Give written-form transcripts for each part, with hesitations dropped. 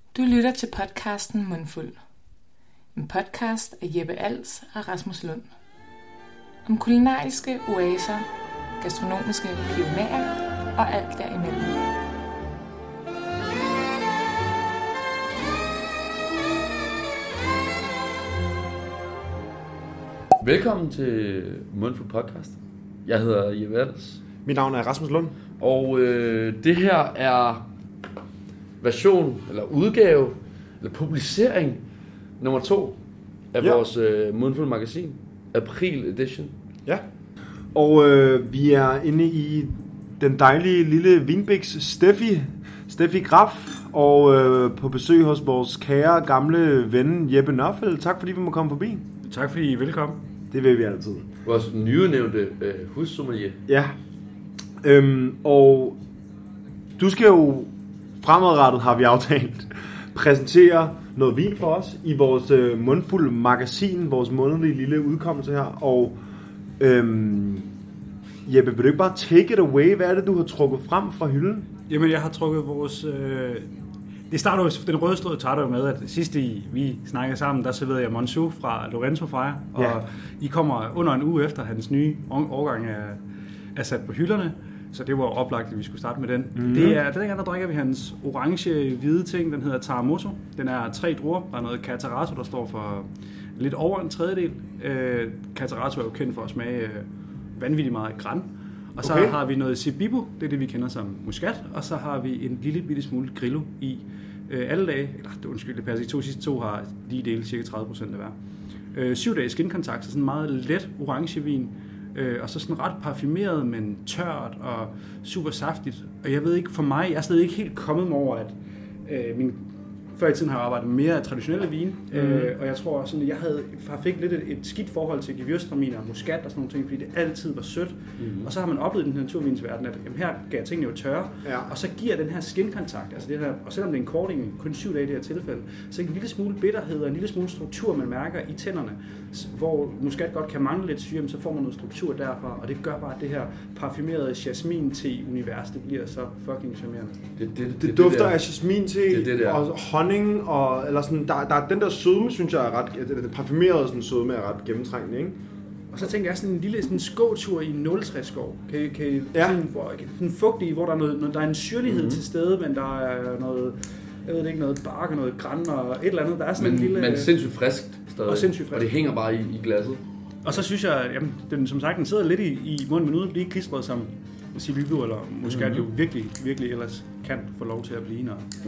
Du lytter til podcasten Mundfuld. En podcast af Jeppe Als og Rasmus Lund. Om kulinariske oaser, gastronomiske pionerer og alt derimellem. Velkommen til Mundfuld podcast. Jeg hedder Jeppe Als. Mit navn er Rasmus Lund. Og det her er version, eller udgave, eller publicering nummer 2 af vores Mundfuld magasin. April edition. Ja. Og vi er inde i den dejlige lille Vinbiks Steffi Graf, og på besøg hos vores kære gamle ven Jeppe Nørfeldt. Tak fordi vi må komme forbi. Tak fordi I er velkommen. Det vil vi altid. Vores nyudnævnte hussommelier. Ja. Og du skal jo fremadrettet, har vi aftalt, præsentere noget vin for os i vores Mundfuld magasin, vores månedlige lille udkommelse her. Og Jeppe, vil du ikke bare take it away? Hvad er det, du har trukket frem fra hylden? Jamen, jeg har trukket vores... Det starter jo, den røde stråd tager jo med, at sidst vi snakkede sammen, der serverede jeg Monsu fra Lorenzo fra jer, og ja. I kommer under en uge efter, hans nye årgang er sat på hylderne, så det var oplagt, at vi skulle starte med den. Mm-hmm. Den gang, der drikker vi hans orange-hvide ting, den hedder Taramoto. Den er 3 druer, der er noget Catarato, der står for lidt over en tredjedel. Catarato er jo kendt for at smage vanvittigt meget gran. Og så har vi noget Cebibo, det er det, vi kender som muskat, og så har vi en lille bitte smule Grillo i alle dage. Eller, det passer ikke, sidste to har lige delt cirka 30% af hver. 7 dages skinkontakt, så sådan en meget let orangevin, og så sådan ret parfumeret, men tørt og super saftigt. Og jeg ved ikke, for mig, jeg er stadig ikke helt kommet mig over, at før i tiden har jeg arbejdet mere af traditionelle vin, og jeg tror sådan, at jeg fik lidt et skidt forhold til Gewürztraminer og muskat og sådan nogle ting, fordi det altid var sødt. Og så har man oplevet i den her naturvinsverden, at jamen, her gav tingene jo tørre, og så giver den her skinkontakt, altså det her, og selvom det er en korting, kun 7 dage i det her tilfælde, så en lille smule bitterhed og en lille smule struktur, man mærker i tænderne, hvor muskat godt kan mangle lidt syre, så får man noget struktur derfra, og det gør bare, at det her parfumerede jasmin-te-univers, det bliver så fucking charmerende. Det dufter af jasmin-te og honning, og eller sådan, der er den der sødme, synes jeg er ret, det parfumerede sådan sødme er ret gennemtrængende, ikke? Og så tænker jeg sådan en lille sådan skåtur i en 0,3-skov. Kan sådan fugtig, hvor der er en syrlighed til stede, men der er noget, jeg ved ikke, noget bark og noget gran og et eller andet. Der er sådan en lille... Men sindssygt frisk stadig. Og det hænger bare i glasset. Og så synes jeg, jamen, den sidder lidt i munden, men uden at blive klistret som Cebibo eller muskat jo virkelig, virkelig ellers kan få lov til at blive,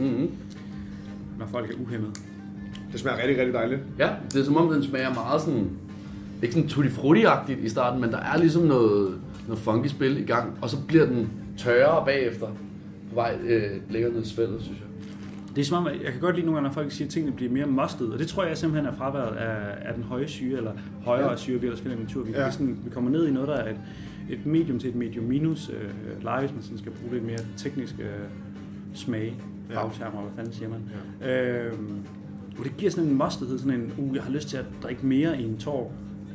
når folk er uhæmmet. Det smager rigtig, rigtig dejligt. Ja, det er som om den smager meget sådan, ikke sådan tutti frutti-agtigt i starten, men der er ligesom noget funky spil i gang, og så bliver den tørre bagefter på vej længere ned i svældet, synes jeg. Det er som om, jeg kan godt lide nogle gange, når folk siger, at tingene bliver mere mustet, og det tror jeg simpelthen er fraværet af den høje syre, eller højere syre, vi ellers finder i naturvin. Ja. Vi kommer ned i noget, der er et medium til et medium minus leje, hvis man sådan skal bruge lidt mere teknisk smag. Fagtermer, hvad fanden siger man. Ja. Og det giver sådan en mustethed, sådan en, jeg har lyst til at drikke mere i en tår.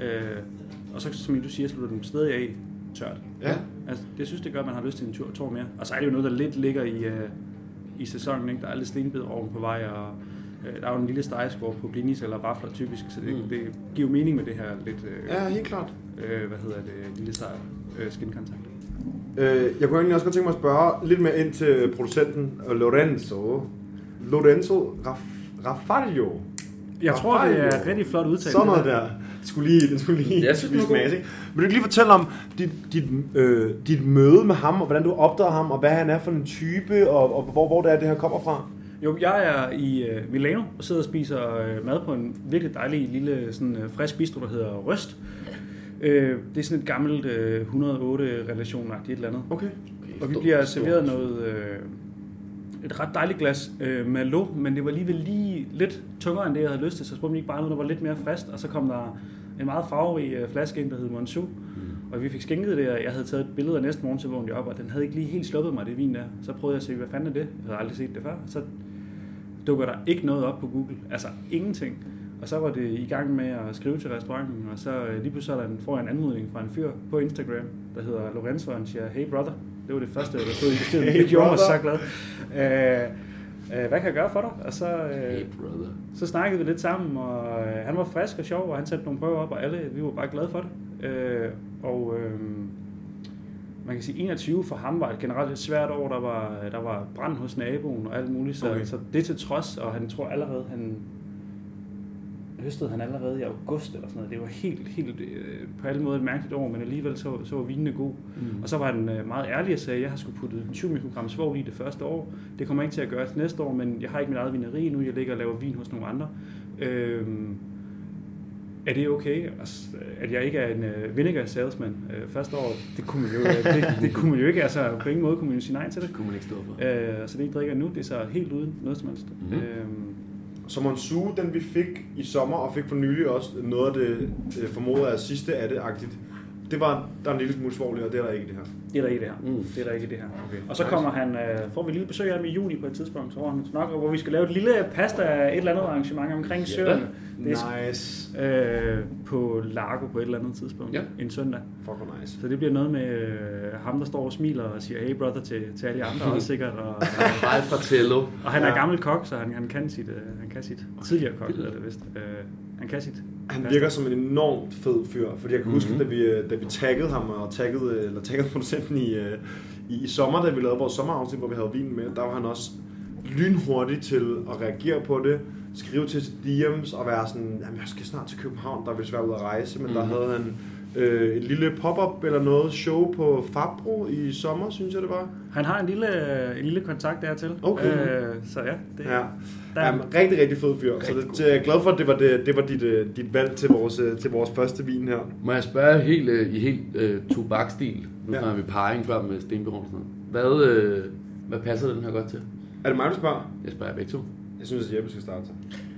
Og så, som du siger, slutter den stadig af tørt. Ja. Altså, det synes det gør, at man har lyst til en tår mere. Og så er det jo noget, der lidt ligger i sæsonen, ikke? Der er lidt stenbed oven på vej, og der er jo en lille stegeskår på blinis eller vafler typisk, så det giver jo mening med det her lidt... ja, helt klart. Lille skinkontakt. Jeg kunne egentlig også godt tænke mig at spørge lidt mere ind til producenten Lorenzo Raffaglio. Jeg tror, det er rigtig flot udtalt. Sådan noget der. Det skulle lige smages, ikke? Vil du ikke lige fortælle om dit møde med ham, og hvordan du opdagede ham, og hvad han er for en type, og hvor det her kommer fra? Jo, jeg er i Milano og sidder og spiser mad på en virkelig dejlig lille sådan, frisk bistro, der hedder Røst. Det er sådan et gammelt 108-relation-agtigt et eller andet. Okay. Og vi bliver serveret noget... et ret dejligt glas Merlot, men det var alligevel lige lidt tungere end det, jeg havde lyst til, så spurgte vi ikke bare noget, der var lidt mere frisk, og så kom der en meget farverig flaske ind, der hed Monsu, og vi fik skænket det, og jeg havde taget et billede af næste morgen, så vågnede jeg op, og den havde ikke lige helt sluppet mig, det vin der. Så prøvede jeg at se, hvad fanden er det? Jeg havde aldrig set det før. Så dukker der ikke noget op på Google, altså ingenting. Og så var det i gang med at skrive til restauranten, og så lige pludselig får jeg en anmodning fra en fyr på Instagram, der hedder Lorenzo, og han siger, hey brother. Det var det første, der stod i beskeden. Det gjorde mig så glad. hvad kan jeg gøre for dig? Og så, Hey brother. så snakkede vi lidt sammen, og han var frisk og sjov, og han satte nogle prøver op, og alle, vi var bare glade for det. Man kan sige, 21 for ham var et generelt et svært år, der var brand hos naboen og alt muligt, så det til trods, og han tror allerede, høstede han allerede i august eller sådan noget. Det var helt på alle måder et mærkeligt år, men alligevel så var vinene god. Og så var han meget ærlig og sagde, at jeg har sgu puttet 20 mikrogram svovl i det første år. Det kommer ikke til at gøre til næste år, men jeg har ikke mit eget vineri nu. Jeg ligger og laver vin hos nogle andre. Er det okay, at jeg ikke er en vinegar salesman første år? Det kunne man jo ikke. Altså på ingen måde kunne man jo sige nej til det. Det kunne man ikke stå for. Så det ikke drikker nu, det er så helt uden noget som helst. Så Monsu, den vi fik i sommer, og fik for nylig også noget af det, formoder jeg, sidste af det-agtigt, der er en lille smule svovl, og det er der ikke i det her. Det er der ikke i det her. Det er der ikke i det her. Okay. Og så kommer han, får vi et lille besøg af ham i juni på et tidspunkt, så han nok, hvor vi skal lave et lille pasta af et eller andet arrangement omkring søerne. Det er nice. På Largo på et eller andet tidspunkt, en søndag. Fuck nice. Så det bliver noget med ham, der står og smiler og siger, hey brother til alle andre også sikkert. Hej Fratello. Og han er gammel kok, så han kan sit tidligere kok, hedder det vist. Han kan sit. Han virker som en enormt fed fyr, fordi jeg kan huske, da vi taggede ham og taggede producenten i sommer, da vi lavede vores sommerafsnit, hvor vi havde vin med, der var han også lynhurtig til at reagere på det, skrive til DM's og være sådan, jamen jeg skal snart til København, der er vist svært ud at rejse, men der havde han et lille pop-up eller noget show på Fabro i sommer, synes jeg det var. Han har en lille kontakt dertil. Okay. Så ja, det er en rigtig, rigtig fed fyr. Så jeg er glad for, at det var dit valg til vores første vin her. Må jeg spørge helt tobakstil? Nu snakker vi parring før med Stenbjørn. Hvad passer den her godt til? Er det mig, du spørger? Jeg spørger begge to. Jeg synes, at Jeppe skal starte.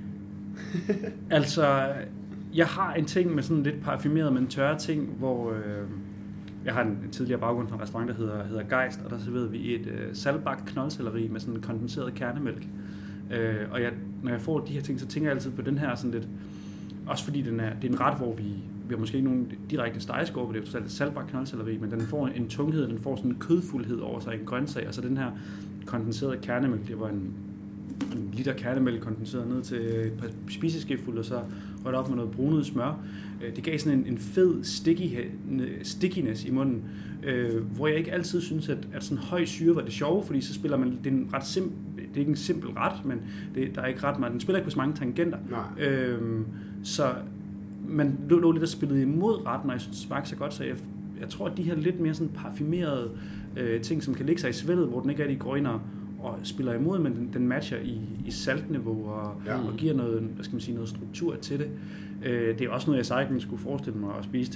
Altså, jeg har en ting med sådan lidt parfumeret, men tørre ting, hvor jeg har en tidligere baggrund fra en restaurant, der hedder Geist, og der serverede vi et saltbagt knoldselleri med sådan en kondenseret kernemælk. Og når jeg får de her ting, så tænker jeg altid på den her sådan lidt, også fordi det er en ret, hvor vi har måske ikke nogen direkte stegeskåre, det er jo totalt et saltbagt knoldselleri, men den får en tunghed, den får sådan en kødfuldhed over sig, en grøntsag, og så den her kondenserede kernemælk, det var en liter kernemælk kondenseret ned til et par spiseskefulde, og så rørt op med noget brunet smør. Det gav sådan en fed stickiness i munden, hvor jeg ikke altid synes, at sådan høj syre var det sjove, fordi så spiller man, det er en ret simpel, det er ikke en simpel ret, men der er ikke ret meget, den spiller ikke på så mange tangenter. Så man lå lidt og spillede imod retten, og jeg synes, det smagte så godt, så jeg tror, at de her lidt mere sådan parfumerede ting, som kan ligge sig i svældet, hvor den ikke rigtig går ind og spiller imod, men den matcher i saltniveau og giver noget, hvad skal man sige, noget struktur til det. Det er også noget, jeg sagtens skulle forestille mig at spise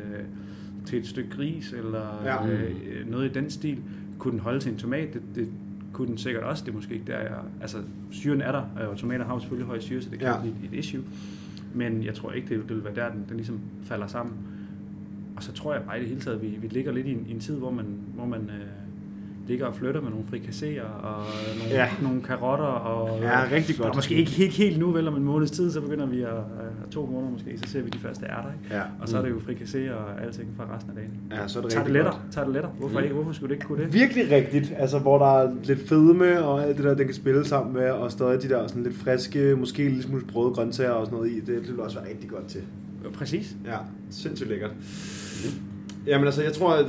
til et stykke gris, eller noget i den stil. Kunne den holde til en tomat? Det kunne den sikkert også. Det er måske ikke der, altså syren er der, og tomater har jo selvfølgelig høj syre, så det kan blive et issue. Men jeg tror ikke, det vil være der, den ligesom falder sammen. Og så tror jeg bare i det hele taget, vi ligger lidt i en tid, hvor man ligger og flytter med nogle frikasseer og nogle karotter. Og rigtig godt. Og måske ikke helt nu, vel om en måneds tid, så begynder vi at 2 måneder måske, så ser vi de første ærter. Ikke? Ja. Og så er det jo frikasseer og alting fra resten af dagen. Ja, så er det Tag det lettere. Hvorfor ikke? Hvorfor skulle det ikke kunne det? Virkelig rigtigt. Altså, hvor der er lidt fedme og alt det der, den kan spille sammen med, og stadig de der sådan lidt friske, måske lidt smule sprøde grøntsager og sådan noget i. Det vil også være rigtig godt til. Præcis. Ja, sindssygt lækkert. Jamen altså, jeg tror, at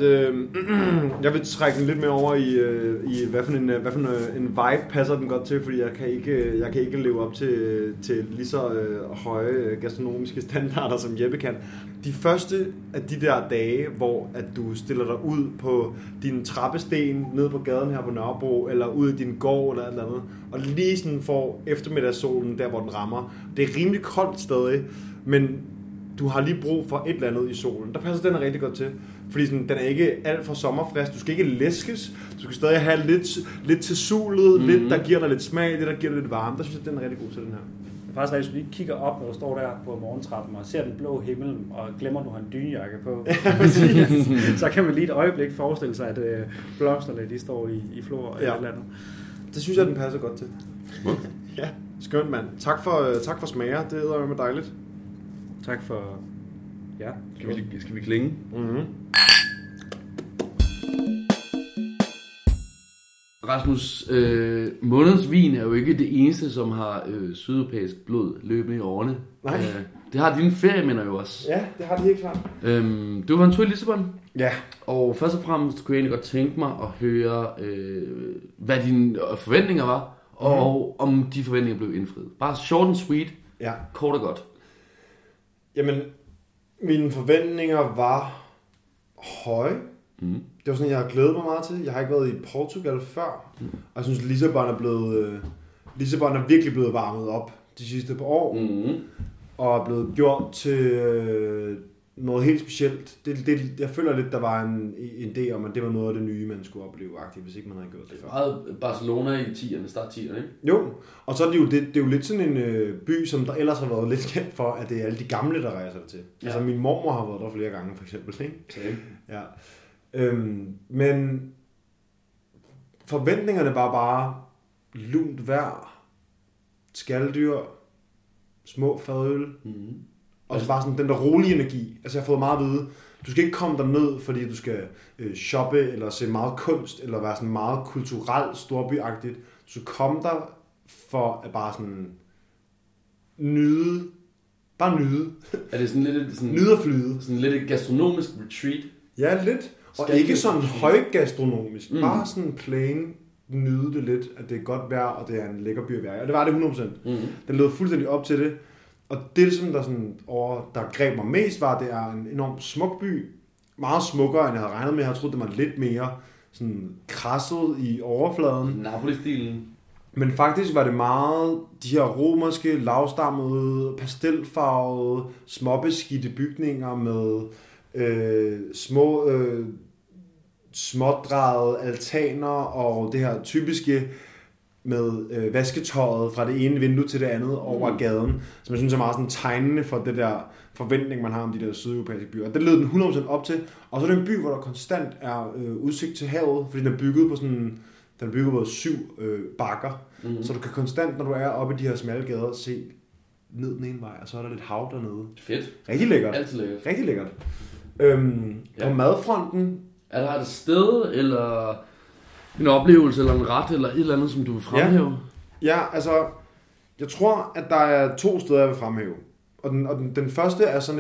jeg vil trække den lidt mere over i hvad for en vibe passer den godt til, fordi jeg kan ikke leve op til lige så høje gastronomiske standarder, som Jeppe kan. De første af de der dage, hvor at du stiller dig ud på din trappesten ned på gaden her på Nørrebro, eller ud i din gård eller et eller andet, og lige sådan får eftermiddagssolen der, hvor den rammer. Det er rimelig koldt stadig, men du har lige brug for et eller andet i solen. Der passer den rigtig godt til. Fordi sådan, den er ikke alt for sommerfrisk. Du skal ikke læskes. Du skal stadig have lidt til solet. Lidt, der giver dig lidt smag. Det, der giver dig lidt varme. Der synes jeg, den er rigtig god til den her. Faktisk, hvis du lige kigger op, når du står der på morgentrappen og ser den blå himmel, og glemmer, du har en dynejakke på, så kan man lige et øjeblik forestille sig, at blomsterne de står i flor eller et eller andet. Det synes jeg, den passer godt til. Ja, skønt mand. Tak for smager. Det er med dejligt. Tak for... Ja. Skal vi klinge? Rasmus, månedens vin er jo ikke det eneste, som har sydeuropæisk blod løbende i årene. Nej. Det har dine ferieminder jo også. Ja, det har de helt klart. Du var en tur i Lissabon. Ja. Og først og fremmest kunne jeg egentlig godt tænke mig at høre, hvad dine forventninger var, og om de forventninger blev indfriet. Bare short and sweet, kort og godt. Jamen, mine forventninger var høje. Det var sådan, jeg har glædet mig meget til. Jeg har ikke været i Portugal før, og jeg synes, Lissabon er virkelig blevet varmet op de sidste par år, og er blevet gjort til noget helt specielt. Jeg føler lidt, der var en idé om, at det var noget af det nye, man skulle opleve, hvis ikke man havde gjort det før. Meget Barcelona i 10'erne, start 10'erne, ikke? Jo, og så er det er jo lidt sådan en by, som der ellers har været lidt kendt for, at det er alle de gamle, der rejser der til. Ja. Altså min mormor har været der flere gange, for eksempel, ikke? Okay. Ja. Men forventningerne var bare lunt vejr, skaldyr, små fadøl, og så bare sådan den der rolige energi. Altså jeg har fået meget at vide, du skal ikke komme derned, fordi du skal shoppe, eller se meget kunst, eller være sådan meget kulturelt storbyagtigt. Du skal komme der for at bare sådan nyde. Er det sådan lidt sådan, nyde og flyde. Sådan lidt et gastronomisk retreat? Ja, lidt. Og ikke sådan højgastronomisk. Bare sådan plain nyde det lidt, at det er godt vejr, og det er en lækker by at være. Og det var det 100%. Den lød fuldstændig op til det. Og det, som der greb mig mest, var, at det er en enormt smuk by. Meget smukkere, end jeg havde regnet med. Jeg havde troet, det var lidt mere sådan krasset i overfladen. Napoli-stilen. Men faktisk var det meget de her romerske, lavstammede, pastelfarvede, småbeskidte bygninger med små smådrejede altaner og det her typiske med vasketøjet fra det ene vindue til det andet over gaden, som jeg synes er meget sådan tegnende for det der forventning, man har om de der sydeuropæiske byer. Og det led den 100% op til. Og så er det en by, hvor der konstant er udsigt til havet, fordi den er bygget på sådan, den er bygget på 7 bakker. Så du kan konstant, når du er oppe i de her smalle gader, se ned den ene vej, og så er der lidt hav dernede. Fedt. Rigtig lækkert. Altid lækkert. Rigtig lækkert. På madfronten... Er der et sted, eller en oplevelse, eller en ret, eller et eller andet, som du vil fremhæve? Ja, altså... Jeg tror, at der er 2 steder, jeg vil fremhæve. Og den første er sådan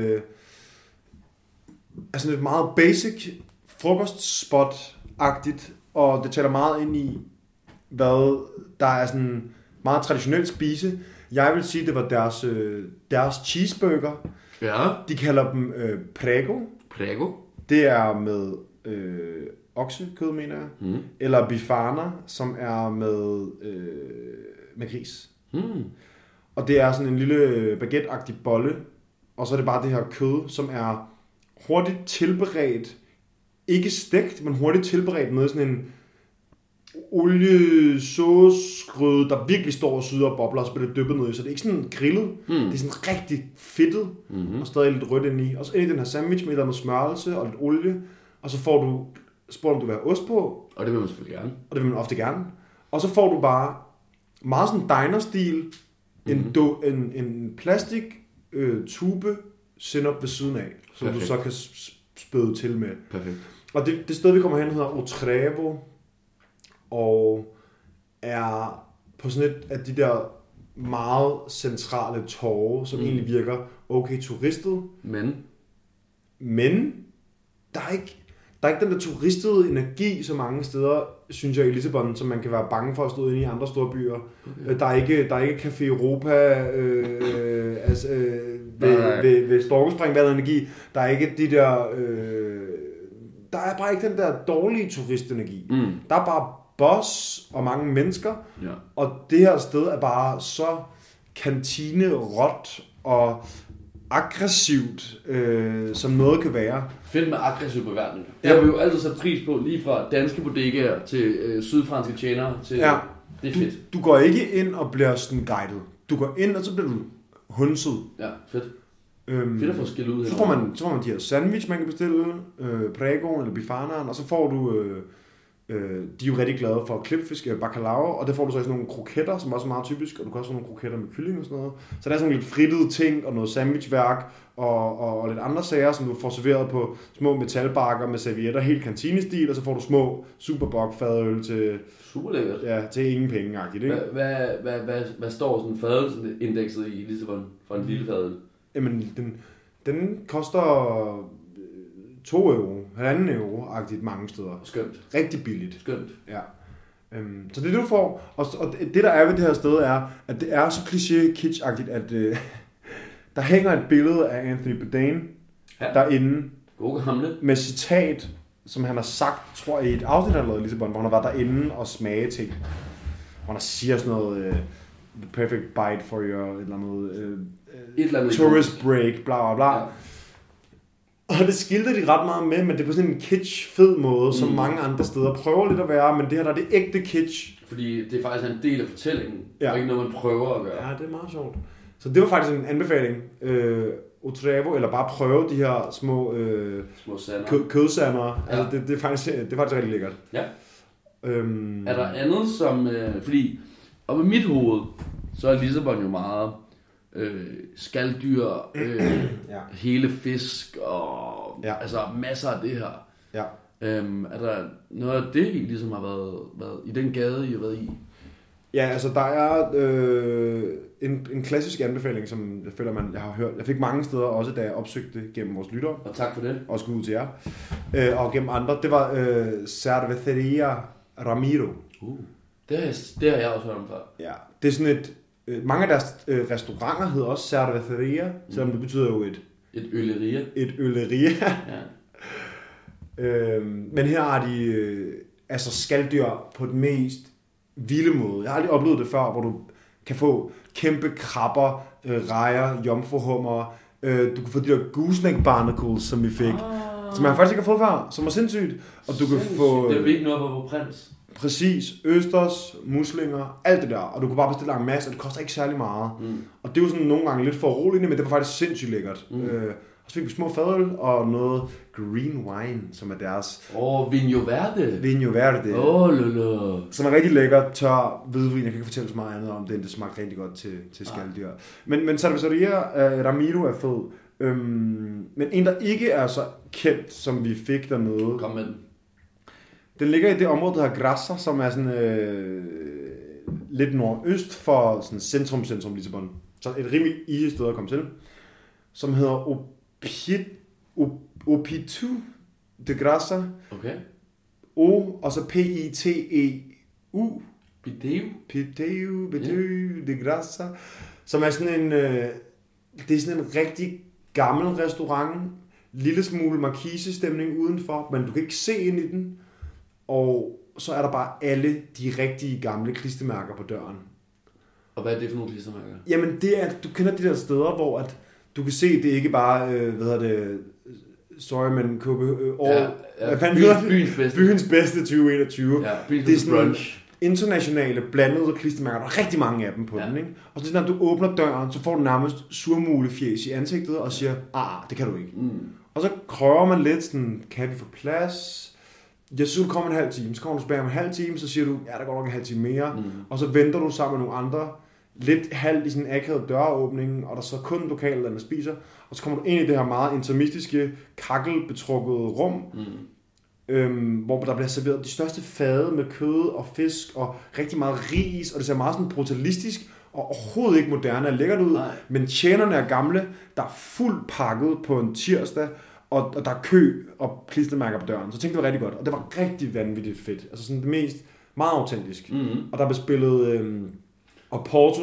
et meget basic frokostspot-agtigt, og det taler meget ind i, hvad der er sådan meget traditionelt spise. Jeg vil sige, det var deres cheeseburger. Ja. De kalder dem prego. Prego. Det er med oksekød, mener jeg. Eller bifana, som er med gris. Og det er sådan en lille baguette-agtig bolle. Og så er det bare det her kød, som er hurtigt tilberedt. Ikke stegt, men hurtigt tilberedt med sådan en oliesaucegryde, der virkelig står og syder og bobler, og så bliver det dyppet ned i. Så det er ikke sådan grillet. Det er sådan rigtig fedtet, og stadig lidt rødt indeni. Og så ind i den her sandwich med noget smørelse og lidt olie. Og så får du spurgt, om du vil have ost på. Og det vil man selvfølgelig gerne. Og det vil man ofte gerne. Og så får du bare meget sådan diner-stil, en plastik tube sennep ved siden af, som du så kan spøde til med. Perfekt. Og det sted, vi kommer hen, hedder Otrevo, og er på sådan et af de der meget centrale torve, som egentlig virker okay turistet. Men der er ikke den der turistede energi så mange steder, synes jeg, i Lissabon, som man kan være bange for at stå inde i andre store byer. Okay. Der er ikke Café Europa ved Storkespring, hvad energi. Der er ikke de der... der er bare ikke den der dårlige turistenergi. Der er bare boss og mange mennesker, og det her sted er bare så kantineråt og aggressivt, som noget kan være. Fedt med aggressiv beværtning. Det har vi jo altid sat pris på, lige fra danske bodegaer til sydfranske tjenere. Til, det er fedt. Du går ikke ind og bliver sådan guidet. Du går ind, og så bliver du hundset. Ja, fedt. Fedt at få skilt ud. Så får man de her sandwich, man kan bestille, pregoen eller bifanaen, og så får du de er jo rigtig glade for klipfisk, bacalao, og der får du så sådan nogle kroketter, som også er meget typisk, og du kan også få nogle kroketter med kylling og sådan noget. Så der er sådan nogle lidt frittede ting, og noget sandwichværk, og lidt andre sager, som du får serveret på små metalbakker med servietter, helt kantinestil, og så får du små superbok fadøl til... Super lækkert. Ja, til ingen penge-agtigt, ikke? Hvad står sådan fadølsindekset i Lissabon for en lille fadøl? Jamen, den koster 2 euro, 1,5 euro-agtigt mange steder. Skønt. Rigtig billigt. Skønt. Ja. Så det du får, og det der er ved det her sted er, at det er så kliché-kitsch-agtigt, at der hænger et billede af Anthony Bourdain derinde. God gamle. Med citat, som han har sagt, tror jeg, i et afsnit, han lavede i Lissabon, hvor han har været derinde og smage ting. Hvor han siger sådan noget, the perfect bite for your, et eller andet tourist break, bla bla bla. Ja. Og det skilter de ret meget med, men det er på sådan en kitsch-fed måde, som mange andre steder prøver lidt at være, men det her der er det ægte kitsch. Fordi det er faktisk en del af fortællingen, og ikke noget, man prøver at gøre. Ja, det er meget sjovt. Så det var faktisk en anbefaling. Otrevo, eller bare prøve de her små kødsander. Ja. Altså, det er faktisk rigtig lækkert. Ja. Er der andet som... fordi op i mit hoved, så er Lissabon jo meget... skalddyr, hele fisk og altså masser af det her. Ja. Er der noget af det, I ligesom har været i den gade, I har været i? Ja, altså der er en klassisk anbefaling, som jeg føler, jeg har hørt. Jeg fik mange steder også, da jeg opsøgte gennem vores lyttere. Og tak for det. Og skud ud til jer. Og gennem andre. Det var Cerveceria Ramiro. Det har jeg også hørt om før. Ja, det er sådan et... mange af deres restauranter hedder også Cerveceria, selvom det betyder jo et ølleria. Et ølleria. Ja. Men her har de altså skalddyr på den mest vilde måde. Jeg har aldrig oplevet det før, hvor du kan få kæmpe krabber, rejer, jomfruhummer. Du kan få de der gooseneck barnacles, som vi fik, som jeg faktisk ikke har fået før, som er sindssygt. Og du kan få... Det er ikke noget på Prins. Præcis. Østers, muslinger, alt det der. Og du kan bare bestille en masse, og det koster ikke særlig meget. Og det er jo sådan nogle gange lidt for roligt, men det var faktisk sindssygt lækkert. Og så fik vi små fadøl og noget green wine, som er deres... Vinho Verde. Vinho Verde. Lolo. Som er rigtig lækker, tør hvidvin. Jeg kan ikke fortælle så meget andet om det, det smagte rigtig godt til skalddyr. Men Cerveceria Ramiro er fed. Men en, der ikke er så kendt, som vi fik dernede... Kom med den. Den ligger i det område, der hedder Grassa, som er sådan lidt nordøst for sådan centrum Lissabon. Så et rimelig easy sted at komme til. Som hedder Opitu de Grassa. Okay. Og så Piteu. Piteu de Grassa. Som er sådan en... det er sådan en rigtig gammel restaurant. Lille smule markisestemning udenfor, men du kan ikke se ind i den. Og så er der bare alle de rigtige gamle klistermærker på døren. Og hvad er det for nogle klistermærker? Jamen det er, du kender de der steder, hvor at du kan se, det er ikke bare, sorry, men byens bedste 2021. Ja, byens det er sådan brunch. Internationale blandede klistermærker. Der er rigtig mange af dem på den, ikke? Og så når du åbner døren, så får du nærmest surmulefjæs i ansigtet og siger, det kan du ikke. Og så krøver man lidt sådan, kan vi få plads? Jeg synes, du kommer en halv time. Så kommer du tilbage om en halv time, så siger du, der går nok en halv time mere. Og så venter du sammen med nogle andre, lidt halvt i sådan en akavet døråbning, og der så kun lokale, der spiser. Og så kommer du ind i det her meget interimistiske, kakkelbetrukkede rum, hvor der bliver serveret de største fade med kød og fisk og rigtig meget ris, og det ser meget sådan brutalistisk og overhovedet ikke moderne og lækkert ud. Nej. Men tjenerne er gamle, der er fuldt pakket på en tirsdag, og der er kø og klistermærker på døren. Så tænkte det var rigtig godt, og det var rigtig vanvittigt fedt. Altså sådan det mest, meget autentisk. Og der blev spillet, og Porto,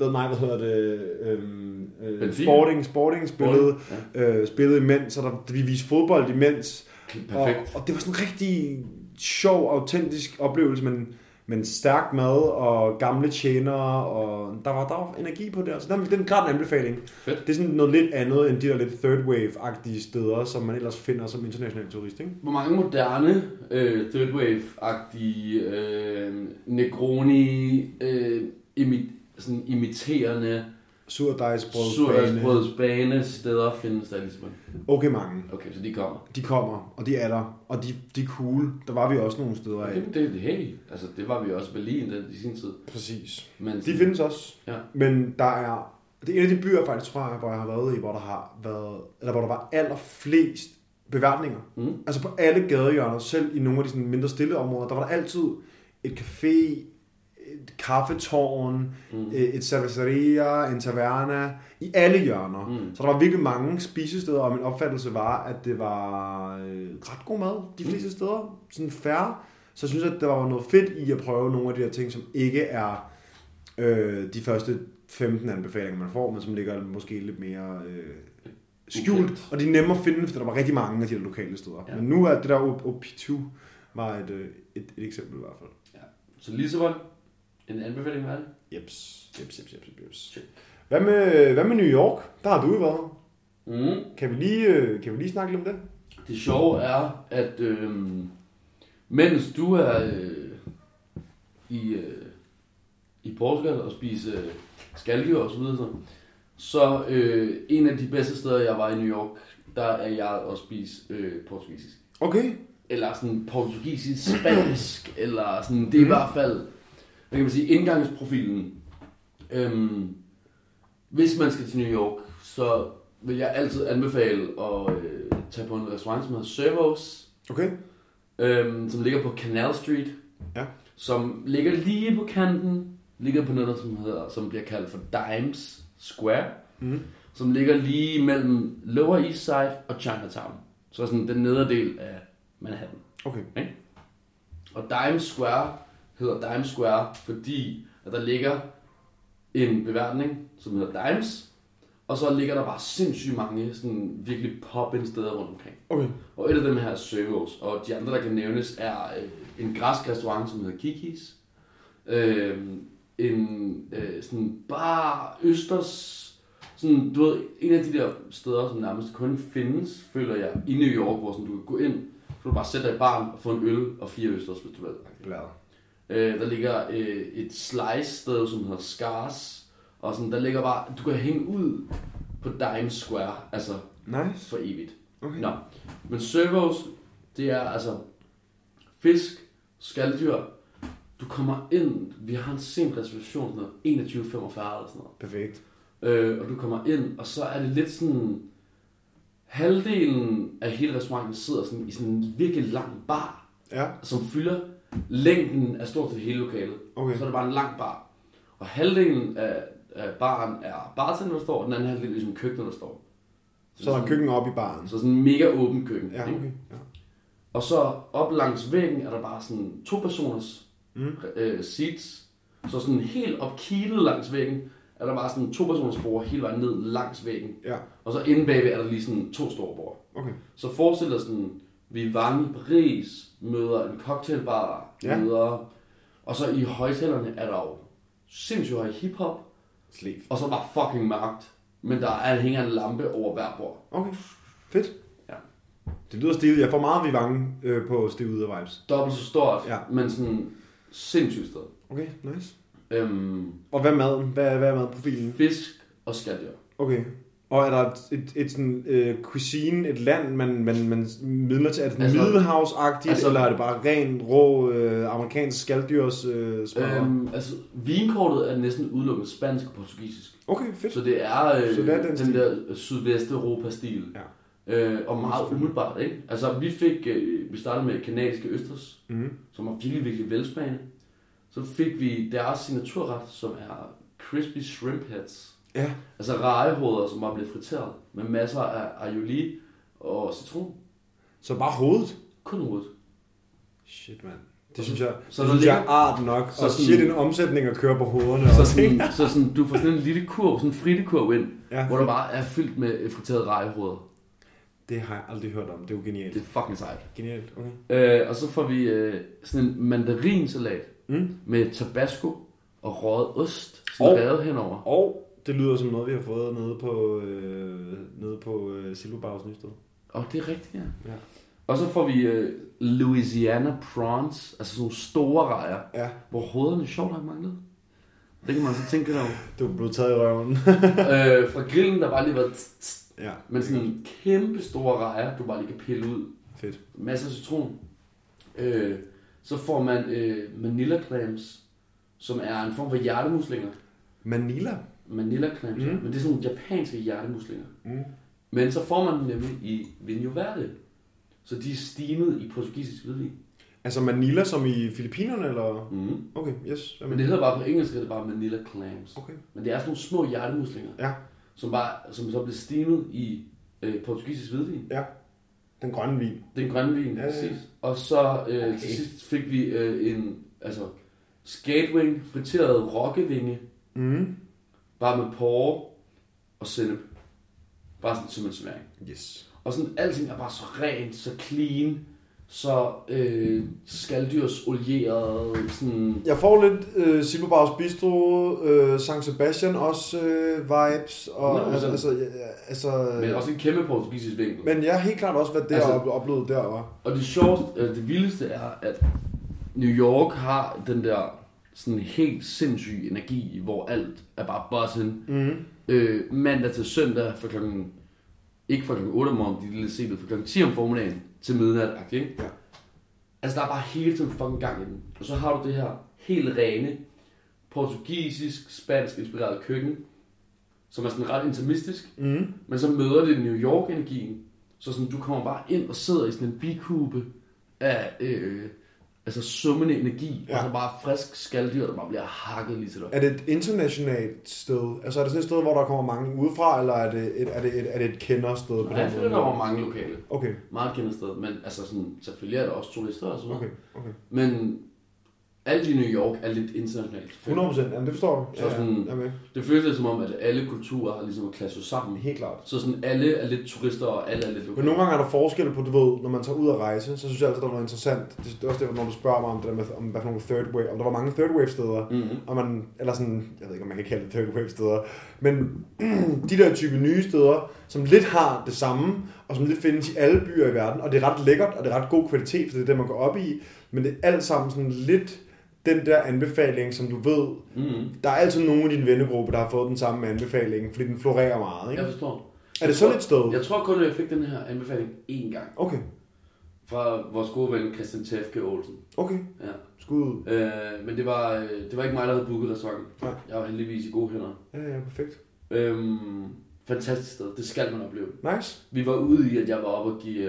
Sporting spillede imens, og vi viste fodbold imens. Og det var sådan en rigtig sjov, autentisk oplevelse, men stærk mad og gamle tjenere, og der var energi på det. Så det er klart en anbefaling. Fedt. Det er sådan noget lidt andet end de der lidt third wave-agtige steder, som man ellers finder som international turist, ikke? Hvor mange moderne third wave-agtige Negroni sådan imiterende Surdejsbrødsbane steder findes der i Lissabon. Okay, mange. Okay, så de kommer. De kommer, og de er der. Og de er cool. Der var vi også nogle steder af. Okay, det var vi også i Berlin i sin tid. Præcis. Men, de findes også. Ja. Men der er... Det er en af de byer, faktisk, tror jeg, hvor jeg har været i, hvor der var allerflest beværtninger. Altså på alle gadehjørner, selv i nogle af de sådan mindre stille områder, der var der altid et café, et kaffetårn, et cerveceria, en taverna, i alle hjørner. Så der var virkelig mange spisesteder, og min opfattelse var, at det var ret god mad de fleste steder. Sådan fair. Så jeg synes, at der var noget fedt i at prøve nogle af de her ting, som ikke er de første 15 anbefalinger, man får, men som ligger måske lidt mere skjult. Og de er nemme at finde, for der var rigtig mange af de der lokale steder. Ja. Men nu er det der Opitu var et eksempel i hvert fald. Ja. Så Lissabon, en anbefaling var det? Jeps. Hvad med New York? Der har du jo været. Kan vi lige snakke lidt om det? Det sjove er, at mens du er i Portugal og spiser skaldyr og så videre, så en af de bedste steder, jeg var i New York, der er jeg også spise portugisisk. Okay. Eller sådan portugisisk, spansk, eller sådan, det er i hvert fald, hvad kan man sige, indgangsprofilen. Hvis man skal til New York, så vil jeg altid anbefale at tage på en restaurant, som hedder Servos. Okay. Som ligger på Canal Street. Ja. Som ligger lige på kanten, ligger på noget, som bliver kaldt for Dimes Square. Som ligger lige mellem Lower East Side og Chinatown. Så sådan den nederdel af Manhattan. Okay. Og Dimes Square hedder Dimes Square, fordi at der ligger en beværtning, som hedder Dimes, og så ligger der bare sindssygt mange sådan virkelig pop-in steder rundt omkring. Okay. Og et af dem her er Servos, og de andre, der kan nævnes, er en græsk restaurant, som hedder Kikis, en sådan bar østers, sådan, du ved, en af de der steder, som nærmest kun findes, føler jeg, i New York, hvor sådan, du kan gå ind, så du bare sætte dig i baren og få en øl og 4 østers, hvis du vil. Der ligger et slice-sted, som hedder Scars, og sådan, der ligger bare, du kan hænge ud på Dimes Square, altså nice. For evigt. Okay. Nå. Men Servos, det er altså fisk, skaldyr. Du kommer ind, vi har en sen reservation, sådan noget, 21.45 eller sådan noget. Perfekt. Og du kommer ind, og så er det lidt sådan, halvdelen af hele restauranten sidder sådan i sådan en virkelig lang bar, som fylder længden af stort set hele lokalet. Okay. Så er det bare en lang bar. Og halvdelen af baren er bartender, der står, og den anden halvdel er ligesom køkkenet, der står. Så der er køkken oppe i baren? Så sådan en mega åben køkken. Ja, okay. Ja. Og så op langs væggen er der bare sådan 2 personers seats. Så sådan helt op kilet langs væggen er der bare sådan 2 personers bord hele vejen ned langs væggen. Ja. Og så inde bagved er der lige sådan 2 store bord. Okay. Så forestil dig sådan, Vivant i Paris møder en cocktailbar, møder, og så i højtalerne er der jo sindssygt høj hiphop. Slev. Og så bare fucking mørkt. Men der hænger en lampe over hver bord. Okay, fedt. Ja. Det lyder stivet. Jeg får meget Vivant på stivet ud af vibes. Dobbelt så stort, men sådan sindssygt sted. Okay, nice. Og hvad er maden? Hvad er madprofilen? Fisk og skaldyr. Okay. Og er der et sådan cuisine, et land, man midler til? Er det Middelhavsagtigt, eller er det bare ren, rå, amerikansk skalddyrs smør? Vinkortet er næsten udelukkende spansk og portugisisk. Okay, fedt. Så det er, så det er den der sydvest-Europa-stil. Ja. Og meget umiddelbart, ikke? Altså, vi startede med kanadiske østers, som var virkelig, virkelig velsmagende. Så fik vi deres signaturret, som er crispy shrimp heads. Ja. Altså rejehoveder, som var blevet friteret med masser af aioli og citron. Så bare hovedet? Kun hovedet. Shit, mand. Det synes jeg er art nok. Så og shit, en omsætning at køre på hovederne. Så sådan, du får sådan en lille kurv, sådan en frittekurv ind, hvor der bare er fyldt med friterede rejehoveder. Det har jeg aldrig hørt om. Det er jo genialt. Det er fucking sejt. Genialt, okay. Og så får vi sådan en mandarinsalat med tabasco og røget ost, sådan revet henover. Og det lyder som noget, vi har fået nede på Silverbags nye sted. Det er rigtigt, ja. Og så får vi Louisiana prawns, altså sådan nogle store rejer, hvor hovederne sjovt har manglet. Det kan man så tænke lidt over. Du er blevet taget i røven. Fra grillen, der bare lige var... Ja. Men sådan en kæmpe store rejer, du bare lige kan pille ud. Fedt. Masser af citron. Så får man Manila clams, som er en form for hjertemuslinger. Manila clams, men det er sådan nogle japanske hjertemuslinger. Men så får man dem nemlig i Vinho Verde. Så de er steamet i portugisisk hvidvin. Altså Manila som i Filippinerne, eller? Okay, yes. Men det hedder bare på engelsk, det er bare Manila clams. Okay. Men det er sådan nogle små hjertemuslinger, som så bliver steamet i portugisisk hvidvin. Ja, den grønne vin. Den grønne vin, præcis. Og så til sidst fik vi en skatewing, friteret rokkevinge, bare med porre og sennep. Bare sådan som en servering. Yes. Og sådan, alting er bare så rent, så clean, så skalddyrs olieret, sådan... Jeg får lidt Silberbars Bistro, San Sebastian også vibes, og Men også en kæmpe portugisisk vinkel. Men jeg har helt klart også været der og oplevet der. Og det sjoveste, det vildeste er, at New York har den der sådan helt sindssyg energi, hvor alt er bare buzzing. Mandag til søndag fra klokken... Ikke fra klokken 8 om morgenen, de er lidt sent fra klokken 10 om formiddagen til midnat, ikke? Ja. Altså, der er bare hele tiden fucking gang i den. Og så har du det her helt rene, portugisisk, spansk inspireret køkken, som er sådan ret intimistisk, men så møder det New York-energien. Så sådan, du kommer bare ind og sidder i sådan en bikube af summende energi, og så bare frisk skalddyr, der bare bliver hakket lige til dig. Er det et internationalt sted? Altså er det sådan et sted, hvor der kommer mange udefra, eller er det et kendersted? Nej, jeg føler, der var mange lokale. Okay. Meget kendersted, men altså sådan, selvfølgelig er der også turister og sådan noget. Okay. Men alt i New York er lidt internationalt. 100%, jamen det forstår du. Så sådan, det føles lidt som om, at alle kulturer har ligesom klasset sammen. Helt klart. Så sådan, alle er lidt turister, og alle er lidt lokale. Men nogle gange er der forskel på, du ved, når man tager ud at rejse, så synes jeg altid, der er noget interessant. Det er også det, når du spørger mig om det der med, om hvad for nogle third wave, om der var mange third wave steder, og man, eller sådan, jeg ved ikke, om man kan kalde det third wave steder, men de der type nye steder, som lidt har det samme, og som lidt findes i alle byer i verden, og det er ret lækkert, og det er ret god kvalitet, for det er det, man går op i, men det er alt sammen sådan lidt den der anbefaling, som du ved, der er altid nogen i din vennegruppe, der har fået den samme anbefaling, fordi den florerer meget, ikke? Jeg forstår. Er det så lidt sted? Jeg tror kun, at jeg fik den her anbefaling én gang. Okay. Fra vores gode ven Christian T.F.G. Olsen. Okay. Ja. Skud. Men det var ikke mig, der havde booket restauranten. Nej. Jeg var heldigvis i gode hænder. Ja, perfekt. Fantastisk sted. Det skal man opleve. Nice. Vi var ude i, at jeg var oppe og give...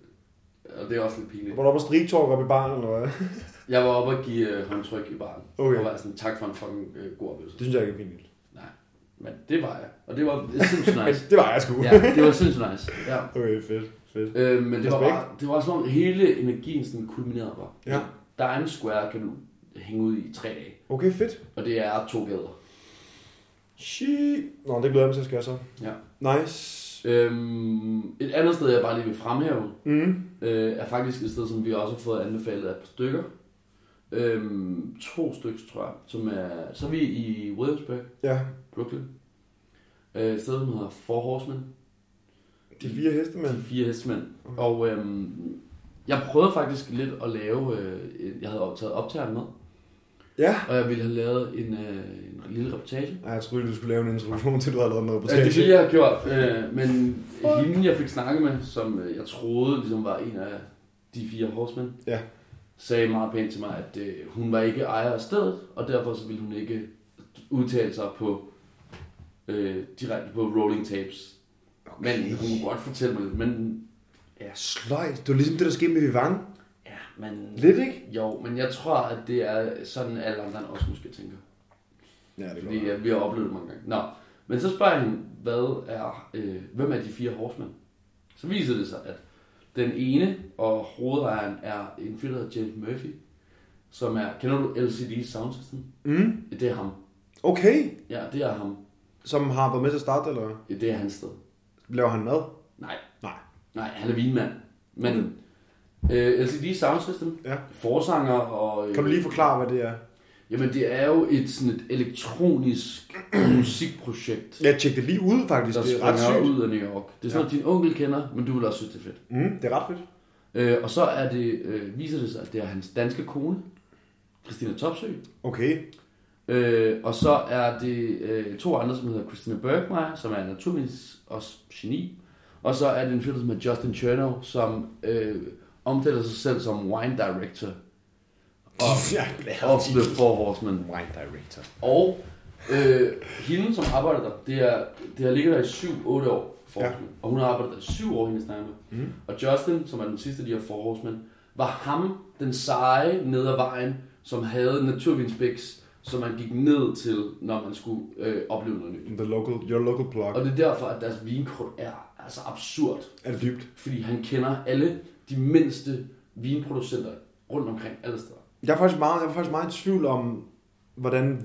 og det er også lidt pinligt. Var du oppe og striktalk op i baren, eller hvad? Jeg var oppe og give håndtryk i baren. Okay. Og var sådan, tak for en fucking god oplevelse. Det synes jeg ikke er pinligt. Nej, men det var jeg. Og det var sindssygt nice. Det var jeg sgu. Ja, det var sindssygt nice. Ja. Okay, fedt. Men det var som om hele energien sådan kulminerede bare. Ja. Diamond Square kan du hænge ud i 3 dage. Okay, fedt. Og det er 2 gader. Shit. Nå, det glæder jeg mig til, at skal så. Ja. Nice. Et andet sted, jeg bare lige vil fremhæve, er faktisk et sted, som vi også har fået anbefalet af et par stykker. 2 stykker, tror jeg. Så er vi i Williamsburg, Brooklyn. Et sted, som hedder Four Horsemen. De 4 hestemænd? De 4 hestemænd. Okay. Og jeg prøvede faktisk lidt at lave, jeg havde taget optageren med. Ja. Og jeg ville have lavet en lille reportage. Nej, jeg troede, du skulle lave en introduktion til, du havde lavet en reportage. Ja, det ville jeg have gjort. Men hende, jeg fik snakket med, som jeg troede ligesom var en af de 4 horsemen, sagde meget pænt til mig, at hun var ikke ejer af stedet, og derfor så ville hun ikke udtale sig på direkte på rolling tapes. Okay. Men hun kunne godt fortælle mig lidt, men... Ja. Sløjt. Det var ligesom det, der skete med Vivang. Ja, men... Lidt, ikke? Jo, men jeg tror, at det er sådan, alle andre også måske tænker. Ja, det fordi vi har oplevet det mange gange. Nå, men så spørger jeg hende, hvem er de 4 horsemen? Så viser det sig, at den ene og hovedejeren er en fyr, der hedder James Murphy, som er, kender du LCD Sound System? Det er ham. Okay. Ja, det er ham. Som har været med til at starte, eller? Ja, det er hans sted. Laver han mad? Nej, han er vinmand. Men LCD Sound System, forsanger og... Kan du lige forklare, hvad det er? Jamen, det er jo et elektronisk musikprojekt. Jeg tjekkede det lige ud, faktisk. Det er ret sygt. Ud af New York. Det er sådan, at din onkel kender, men du vil også synes, det er fedt. Det er ret fedt. Og så viser det sig, at det er hans danske kone, Christina Topsø. Okay. Og så er det 2 andre, som hedder Christina Bergmeier, som er naturligvis også geni. Og så er det en film, som hedder Justin Chernow, som omtaler sig selv som wine director. Og The Four Horsemen. Wine director. Og hende, som arbejder der, det har ligget der i 7-8 år. Ja. Og hun har arbejdet der i 7 år, hende snakker med. Og Justin, som er den sidste af de her Four Horsemen, var ham, den seje ned ad vejen, som havde naturvinsbæks, som man gik ned til, når man skulle opleve noget nyt. Your local plug. Og det er derfor, at deres vinkort er altså absurd. Er det dybt? Fordi han kender alle de mindste vinproducenter rundt omkring alle steder. Jeg er faktisk meget i tvivl om, hvordan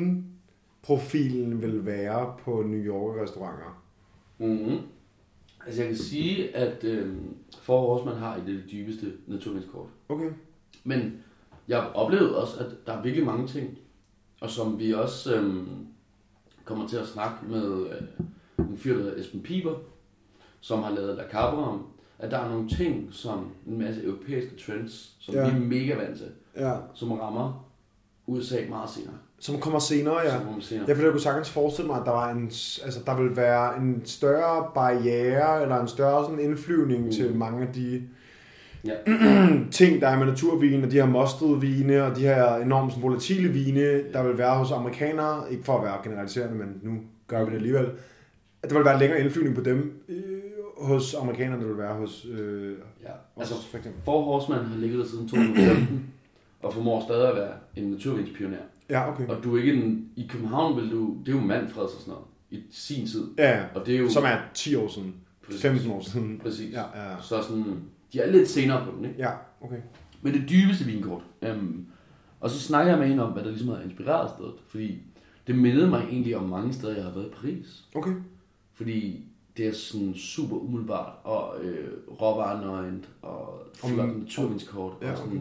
vinprofilen vil være på New York restauranter. Mm-hmm. Altså jeg kan sige, at Four Horsemen har i det dybeste naturvinskort. Okay. Men jeg har oplevet også, at der er virkelig mange ting, og som vi også kommer til at snakke med en fyr, der hedder Esben Piber, som har lavet La Cabra om, at der er nogle ting, som en masse europæiske trends, som vi er mega vant til, som rammer USA meget senere. Som kommer senere, ja. Jeg kunne sagtens forestille mig, at der vil være en større barriere, eller en større sådan indflyvning til mange af de ting, der er med naturvine, og de her mustede vine, og de her enormt volatile vine, der vil være hos amerikanere, ikke for at være generaliserende, men nu gør vi det alligevel, at der vil være en længere indflyvning på dem hos amerikanerne, der vil være hos... altså Four Horsemen har ligget der siden 2015, og formår stadig at være en naturvinspioner. Ja, okay. Og du er ikke i København det er jo Manfred og sådan noget, i sin tid. Ja, og det er jo, som er 10 år siden, 15 år siden. Præcis. Ja. Så sådan, de er lidt senere på den, ikke? Ja, okay. Men det dybeste vinkort. Og så snakker jeg med hende om, hvad der ligesom har inspireret stedet. Fordi det mindede mig egentlig om mange steder, jeg har været i Paris. Okay. Fordi det er sådan super umiddelbart, og råvarenøgent, og flot naturvinskort. Ja, okay.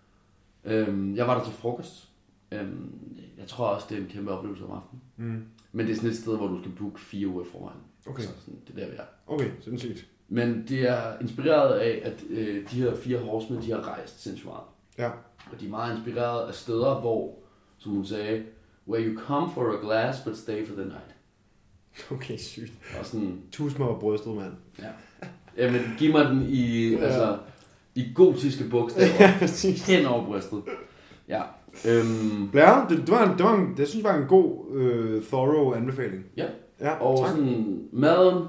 Jeg var der til frokost. Jeg tror også, det er en kæmpe oplevelse om aftenen. Men det er sådan et sted, hvor du skal booke 4 uger i forvejen. Okay. Så sådan, det er der, vi er. Okay, sindssygt. Men det er inspireret af, at de her 4 horsemen, de har rejst sindssygt meget. Ja. Og de er meget inspireret af steder, hvor, som hun sagde, where you come for a glass, but stay for the night. Okay, sygt. Og sådan... Tus mig over brystet, mand. Ja. Jamen, giv mig den i gotiske bogstaver. Hen over brystet. Ja. Blair, det synes jeg var en god, thorough anbefaling. Ja, og tak. Sådan maden,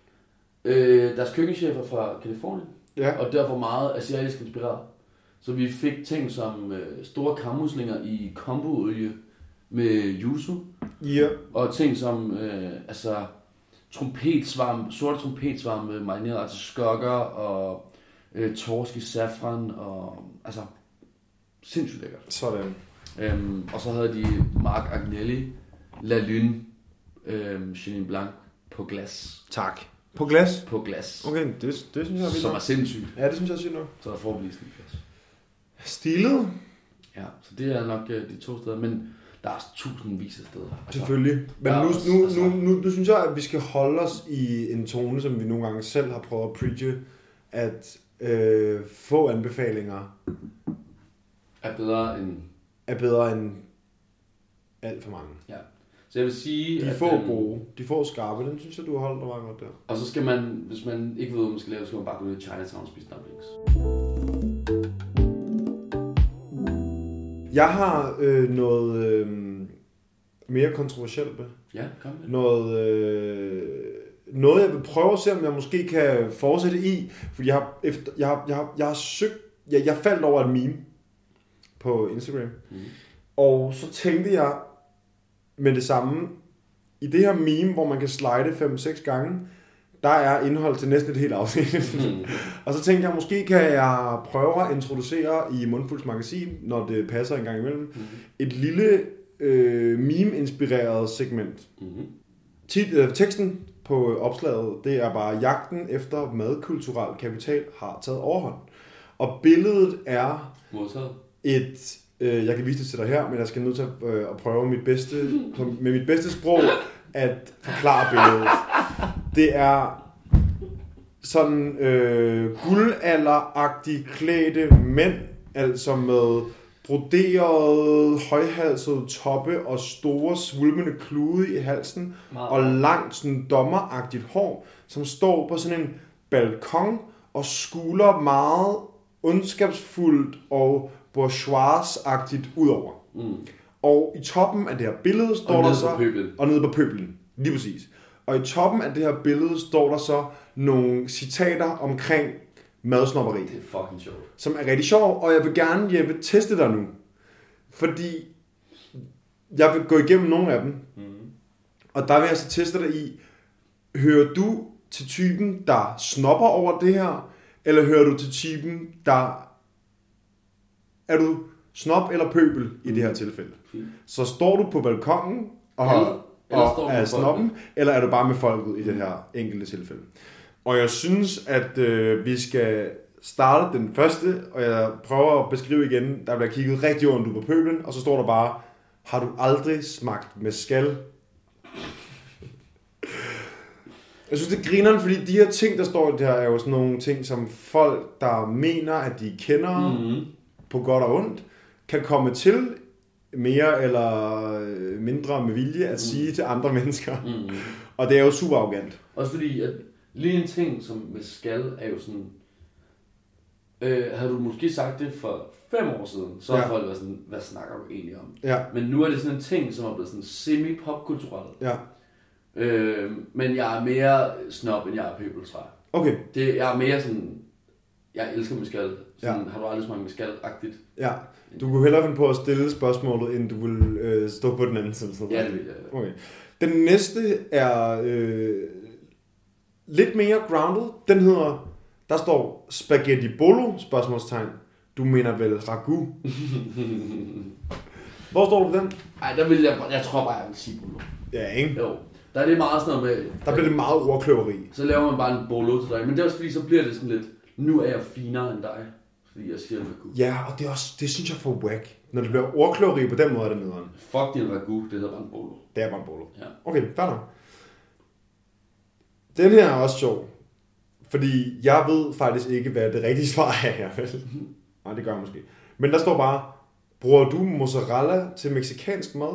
deres køkkenchefer fra Californien, og derfor meget asiatisk inspireret. Så vi fik ting som store kammuslinger i komboolie med yuzu, og ting som sorte trompetsvampe marineret til skokker, og torsk i safran, og altså sindssygt lækkert. Sådan. Og så havde de Marc Agnelli, La Lune, Chenin Blanc på glas. Tak. På glas? På glas. Okay, det synes jeg er vildt. Som er sindssygt. Ja, det synes jeg er sygt nok. Så er der forbelysning i glas. Stilet? Ja, så det er nok de 2 steder, men der er tusindvis af steder. Altså, selvfølgelig. Men nu synes jeg, at vi skal holde os i en tone, som vi nogle gange selv har prøvet at preache, at få anbefalinger er bedre end alt for mange. Ja. Så jeg vil sige, de få gode, de få skarpe, den synes jeg, du har holdt dig meget godt der. Og så skal man, hvis man ikke ved, hvad man skal lave, så skal man bare gå ud i Chinatown og spise dumplings. Jeg har noget mere kontroversielt med. Ja, kom med. Noget jeg vil prøve at se, om jeg måske kan fortsætte i, fordi jeg har søgt, jeg faldt over et meme på Instagram, og så tænkte jeg med det samme, i det her meme, hvor man kan slide 5-6 gange, der er indhold til næsten et helt afsnit. Og så tænkte jeg, måske kan jeg prøve at introducere i Mundfulds magasin, når det passer en gang imellem, et lille meme-inspireret segment. Teksten på opslaget, det er bare, jagten efter madkulturel kapital har taget overhånd. Og billedet er et, jeg kan vise det til dig her, men jeg skal nødt til at prøve med mit bedste sprog at forklare billedet. Det er sådan guldalderagtigt klædte mænd, altså med broderede, højhalsede toppe og store, svulmende klude i halsen, og langt, sådan dommeragtigt hår, som står på sådan en balkon og skuler meget ondskabsfuldt og bourgeois-agtigt udover. Og i toppen af det her billede står der så... Og nede på pøblen. Lige præcis. Og i toppen af det her billede står der så nogle citater omkring madsnobberi. Det er fucking sjovt. Som er rigtig sjovt, og jeg vil gerne, Jeppe, teste dig nu. Fordi jeg vil gå igennem nogle af dem. Og der vil jeg så teste dig i, hører du til typen, der snopper over det her, eller hører du til typen, der... Er du snop eller pøbel i det her tilfælde? Så står du på balkongen og er snoppen, eller er du bare med folket i det her enkelte tilfælde? Og jeg synes, at vi skal starte den første, og jeg prøver at beskrive igen, der bliver kigget rigtig ondt ud på pøblen, og så står der bare, har du aldrig smagt mezcal? Jeg synes, det er grineren, fordi de her ting, der står i det her, er jo sådan nogle ting, som folk, der mener, at de kender på godt og ondt, kan komme til mere eller mindre med vilje at sige til andre mennesker. Og det er jo super arrogant. Også fordi, at lige en ting som mezcal er jo sådan... havde du måske sagt det for 5 år siden, så har folk været sådan, hvad snakker du egentlig om? Ja. Men nu er det sådan en ting, som er blevet sådan semi-popkulturel. Ja. Men jeg er mere snob, end jeg er pøbel, tror jeg. Okay. Jeg er mere sådan... Jeg elsker mezcal. Sådan, har du aldrig smagt mezcal-agtigt? Ja. Du kunne hellere finde på at stille spørgsmålet, end du vil stå på den anden side. Ja, det vil jeg. Okay. Den næste er lidt mere grounded. Den hedder, der står spaghetti bolo, spørgsmålstegn. Du mener vel ragu? Hvor står du på den? Ej, der vil jeg tror bare, jeg vil sige bolo. Ja, ikke? Jo. Der er det meget sådan noget med... Der bliver det meget ordkløveri. Så laver man bare en bolo til dig. Men det er også fordi, så bliver det sådan lidt... Nu er jeg finere end dig. Fordi jeg siger ragu. Ja, og det synes jeg for whack. Når det bliver ordkløveri på den måde, er det nederen. Fuck din ragu, det hedder bare en bolo. Det er bare en bolo. Ja. Okay, fair nok. Den her er også sjov. Fordi jeg ved faktisk ikke, hvad det rigtige svar er her. Nej, det gør jeg måske. Men der står bare, bruger du mozzarella til mexicansk mad?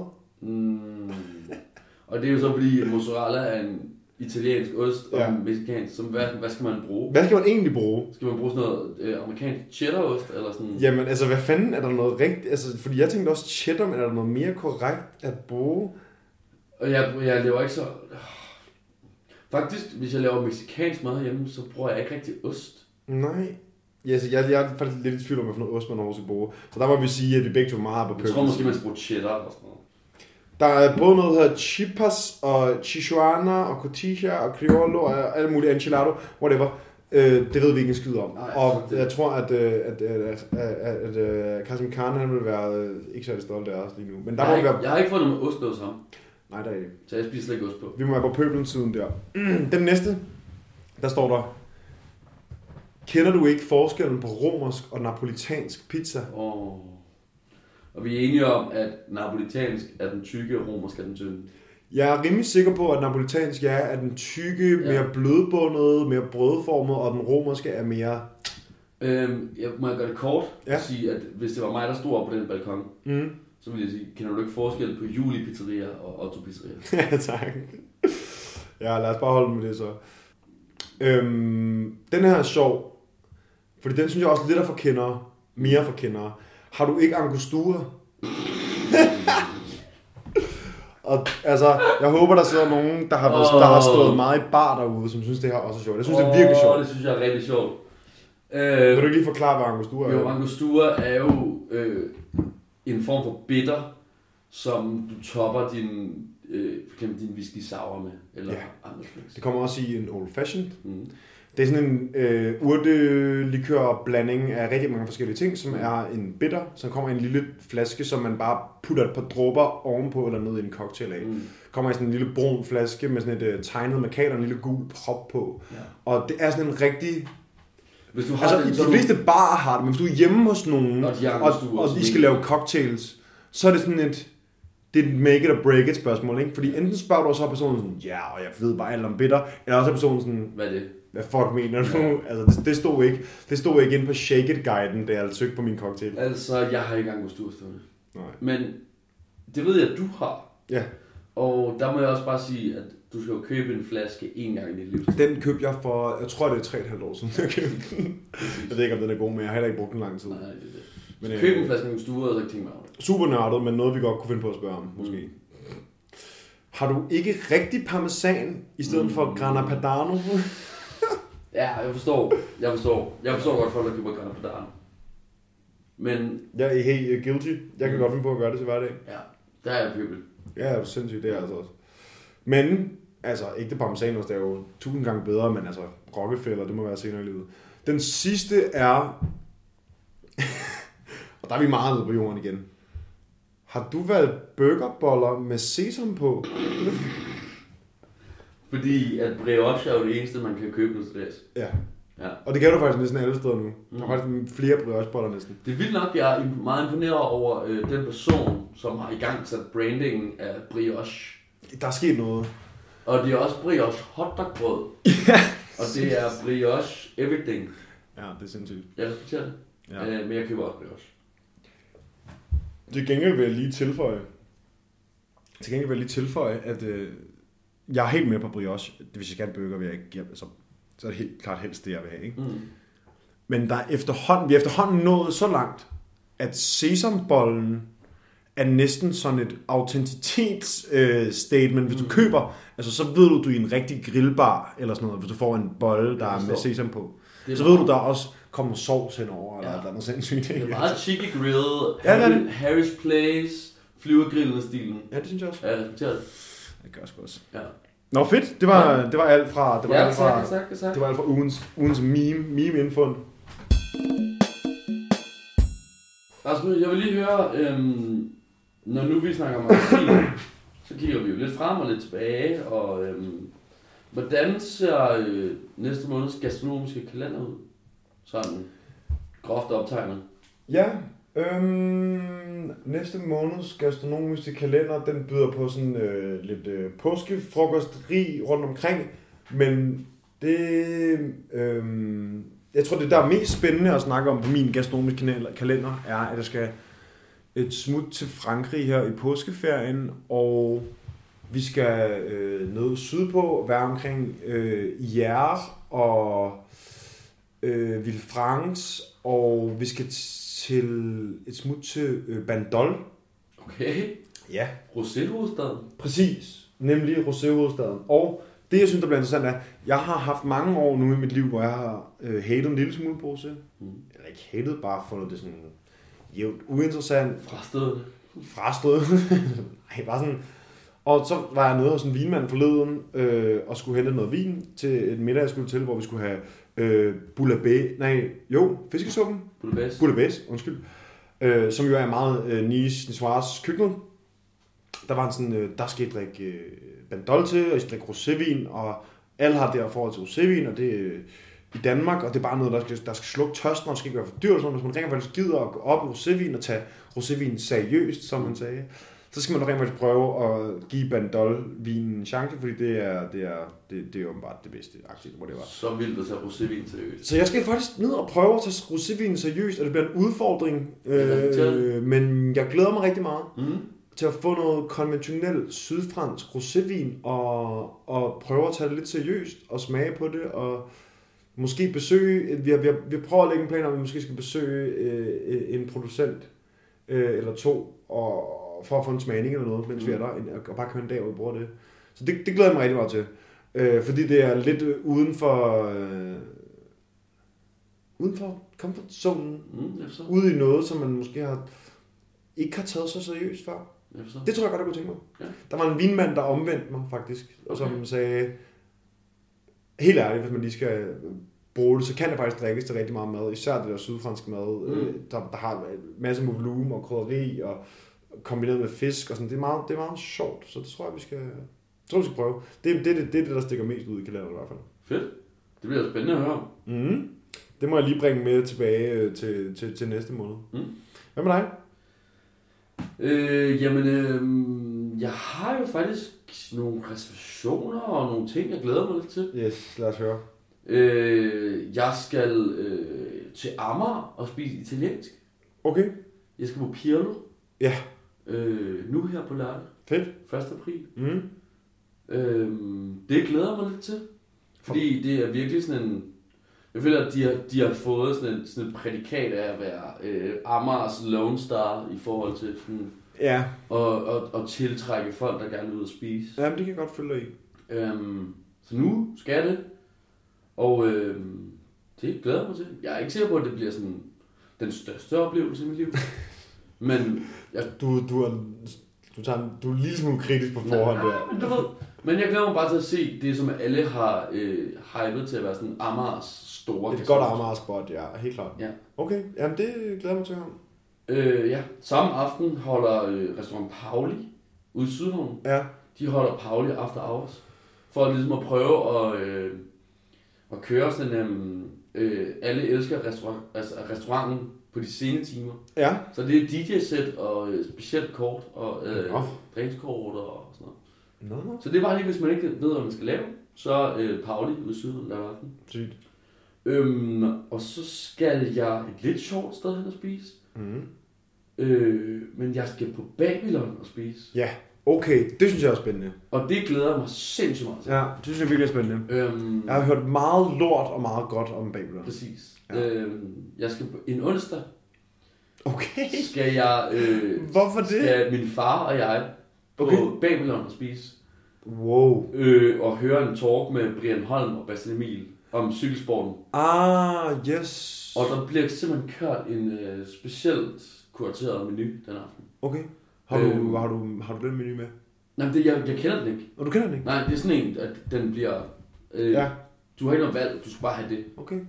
Og det er jo så fordi, mozzarella er en italiensk ost og mexicansk. Så hvad skal man bruge? Hvad skal man egentlig bruge? Skal man bruge sådan noget amerikansk cheddarost? Eller sådan? Jamen, altså, hvad fanden er der noget rigtigt? Altså, fordi jeg tænkte også cheddar, men er der noget mere korrekt at bruge? Og jeg laver ikke så... Faktisk, hvis jeg laver mexicansk mad hjemme, så bruger jeg ikke rigtig ost. Nej. Ja, så jeg er faktisk lidt i tvivl om, hvad for noget ost man overhovedet skal bruge. Så der må vi sige, at vi begge to meget på pøbel. Jeg tror måske, man skal bruge cheddar eller sådan noget. Der er både noget, der hedder chipas, og chihuahua, og cotija, og criollo, og alle mulige enchilado, whatever. Det ved vi ikke en skid om. Nej, og jeg tror, at Kasim Khan, han vil være ikke særlig stolt af os lige nu. Men der jeg har ikke fået noget med ost hos ham. Nej, der er ikke. Så jeg spiser slet ikke ost på. Vi må være på pøbelens siden der. Den næste, der står der, kender du ikke forskellen på romersk og napolitansk pizza? Og vi er enige om, at napolitansk er den tykke, og romersk er den tynde. Jeg er rimelig sikker på, at napolitansk er den tykke, mere blødbundet, mere brødformet, og den romerske er mere... Jeg må gøre det kort og sige, at hvis det var mig, der stod op på den balkon, så vil jeg sige, kender du ikke forskel på Juli Pizzeria og Otto Pizzeria? Ja, tak. Ja, lad os bare holde med det så. Den her er sjov, fordi den synes jeg også lidt er for kendere, mere for kendere. Har du ikke angostura? Og altså, jeg håber, der sidder nogen, der har stået meget i bar derude, som synes, det her også er sjovt. Jeg synes, det er virkelig sjovt. Det synes jeg er rigtig sjovt. Vil du ikke lige forklare, hvad angostura er? Jo, angostura er jo en form for bitter, som du topper din, for eksempel din whisky sour med, eller andre slags. Det kommer også i en old fashioned. Det er sådan en urtelikør-blanding af rigtig mange forskellige ting, som er en bitter, som kommer i en lille flaske, som man bare putter et par dråber ovenpå eller ned i en cocktail af. Kommer i sådan en lille brun flaske med sådan et tegnet markat og en lille gul prop på. Ja. Og det er sådan en rigtig... Hvis du har altså, de fleste barer har det, men hvis du er hjemme hos nogen, og I skal lave cocktails, så er det sådan et... det er et make it or break it spørgsmål, ikke? Fordi enten spørger du så personen sådan, ja, og jeg ved bare alt om bitter, eller også er personen sådan, Hvad er det? hvad fuck mener du? Ja. Altså, det stod ikke inde på Shake It-guiden, da jeg søgte på min cocktail. Altså, jeg har ikke engang angostur stående. Nej. Men det ved jeg, at du har. Ja. Og der må jeg også bare sige, at du skal jo købe en flaske en gang i dit liv. Den købte jeg for, jeg tror det er 3,5 år siden, jeg købte den. Jeg ved ikke, om den er god, men jeg har heller ikke brugt den lang tid. Nej, det er det. Men, køb en flaske angostur, og så ikke tænke mig over det. Super nørdet, men noget vi godt kunne finde på at spørge om, måske. Har du ikke rigtig parmesan i stedet for Grana Padano? Ja, jeg forstår godt folk, der køber Grana Padano. Men jeg er helt guilty. Jeg kan godt finde på at gøre det til hverdag. Ja, der er jeg pøbel. Ja, det er sindssygt, det er altså også. Men, altså, ikke det parmesan, det er jo 1000 gange bedre, men altså, Rockefeller, det må være senere i livet. Den sidste er, og der er vi meget nede på jorden igen. Har du valgt burgerboller med sesam på? Fordi at brioche er jo det eneste, man kan købe nu til dags. Ja. Ja. Og det kan du faktisk næsten alle steder nu. Der er faktisk flere briocheboller næsten. Det er vildt nok, jeg er meget imponeret over den person, som har i gang sat brandingen af brioche. Der er sket noget. Og det er også brioche hotdogbrød. Ja. Og det er brioche everything. Ja, det er sindssygt. Jeg respekterer det. Ja. Men jeg køber også brioche. Til gengæld vil jeg lige tilføje, at jeg er helt med på brioche. Hvis jeg skal have en burger, vil jeg ikke, så er det helt klart helst det, jeg vil have. Ikke? Men vi er efterhånden nået så langt, at sesambollen er næsten sådan et autenticitetsstatement. Hvis du køber, altså så ved du er i en rigtig grillbar, eller sådan noget, hvis du får en bolle, der er med sesam på. Så ved du, der også kommer sovs henover, eller der er noget sindssygt. Det er meget cheeky grill, det. Harry's Place, flyvergrillen-stilen. Ja, det synes jeg også. Ja, jeg respekterer det. Det gør jeg sgu også. Ja. Nå, fedt. Det var alt fra, det var alt fra ugens meme-indfund. Rasmus, jeg vil lige høre, når nu vi snakker om magasin, så kigger vi jo lidt frem og lidt tilbage, og hvordan ser næste måneds gastronomiske kalender ud? Sådan groft optegnet. Ja, næste måneds gastronomiske kalender, den byder på sådan lidt påskefrokosteri rundt omkring, men det, jeg tror det der er mest spændende at snakke om på min gastronomiske kalender, er at jeg skal et smut til Frankrig her i påskeferien, og vi skal ned sydpå, være omkring Hyères og Villefranche, og vi skal til et smut til Bandol. Okay. Ja. Rosé-hovedstaden. Præcis. Nemlig Rosé-hovedstaden. Og det, jeg synes, der bliver interessant, er, jeg har haft mange år nu i mit liv, hvor jeg har hatet en lille smule på rosé. Eller ikke hatet, bare fundet det sådan jævnt uinteressant. Frastødet. Nej, bare sådan. Og så var jeg nede hos en vinmand forleden og skulle hente noget vin til et middag, jeg skulle til, hvor vi skulle have fiskesuppen. Bouillabaisse, undskyld. Som jo er meget nichoise køkkenet. Der var sådan, der skal I drikke Bandol til, og I skal drikke rosévin, og alle har det her forhold til rosévin, og det i Danmark, og det er bare noget, der skal slukke tørsten, og det skal ikke være for dyrt, og sådan, hvis man rent faktisk gider at gå op i rosévin og tage rosévin seriøst, som man sagde, så skal man rent faktisk prøve at give Bandol-vinen en chance, fordi det er åbenbart det bedste aktivt, hvor det var. Så vildt at tage rosévin seriøst. Så jeg skal faktisk ned og prøve at tage rosévin seriøst, og det bliver en udfordring, men jeg glæder mig rigtig meget til at få noget konventionel sydfransk rosévin, og prøve at tage det lidt seriøst, og smage på det, og måske besøge, vi prøver at lægge en plan om, at vi måske skal besøge en producent eller to, og for at få en smagning eller noget, mens vi er der, og bare køre en dag, hvor vi bruger det. Så det glæder jeg mig rigtig meget til. Fordi det er lidt uden for komfortzonen. Ude i noget, som man måske ikke har taget så seriøst før. Det tror jeg godt, jeg kunne tænke mig. Ja. Der var en vinmand, der omvendte mig faktisk, og som sagde, helt ærligt, hvis man lige skal bruge det, så kan det faktisk drikkes til rigtig meget mad, især det der sydfranske mad, der har en masse volumen og krydderi, og kombineret med fisk, og sådan. Det er meget sjovt, så det tror jeg, vi skal prøve. Det er det, der stikker mest ud i kalenderen i hvert fald. Fedt. Det bliver spændende at høre om. Det må jeg lige bringe med tilbage til næste måned. Hvad med dig? Jeg har jo faktisk nogle reservationer og nogle ting, jeg glæder mig lidt til. Yes, lad os høre. Jeg skal til Amager og spise italiensk. Okay. Jeg skal på Pirlo. Ja. Nu her på lørdag. Fedt. 1. april. Mm. Det glæder jeg mig lidt til. Fordi det er virkelig sådan en... Jeg føler, at de har fået sådan et prædikat af at være Amagers Lone Star i forhold til sådan... Ja. Og tiltrække folk, der gerne vil ud og spise. Jamen, det kan jeg godt følge dig i. Så nu skal jeg det. Og det glæder jeg mig til. Jeg er ikke sikker på, at det bliver sådan den største oplevelse i mit liv. Men du er en lille smule kritisk på forhånd der. Men jeg glæder mig bare til at se det, som alle har hypet til at være sådan Amagers store. Et godt Amagers spot, ja, helt klart. Ja. Okay, jamen det glæder mig til at høre. Ja, samme aften holder restaurant Pauli ude i Sydhavn. Ja. De holder Pauli After Hours. For ligesom at prøve at køre sådan alle elsker restauranten på de sene timer. Ja. Så det er DJ-sæt og specielt kort og drinkskort og sådan noget. No. Så det er bare lige, hvis man ikke ved, hvad man skal lave, så Pauli ude i Sydhavn lørdag aften. Sygt. Og så skal jeg et lidt sjovt sted hen og spise. Mm. Men jeg skal på Babylon og spise. Ja, okay. Det synes jeg er spændende. Og det glæder jeg mig sindssygt meget til. Ja, det synes jeg virkelig er spændende. Jeg har hørt meget lort og meget godt om Babylon. Præcis. Ja. Jeg skal på en onsdag. Okay. Skal jeg... Hvorfor det? Skal min far og jeg på Babylon og spise. Wow. Og høre en talk med Brian Holm og Bastian Emil om cykelsporten. Yes. Og der bliver simpelthen kørt en specielt kurateret menu den aften. Okay. Har du den menu med? Nej, jeg kender den ikke. Og du kender den ikke? Nej, det er sådan en, at den bliver... Ja. Du har ikke noget valg, du skal bare have det. Okay.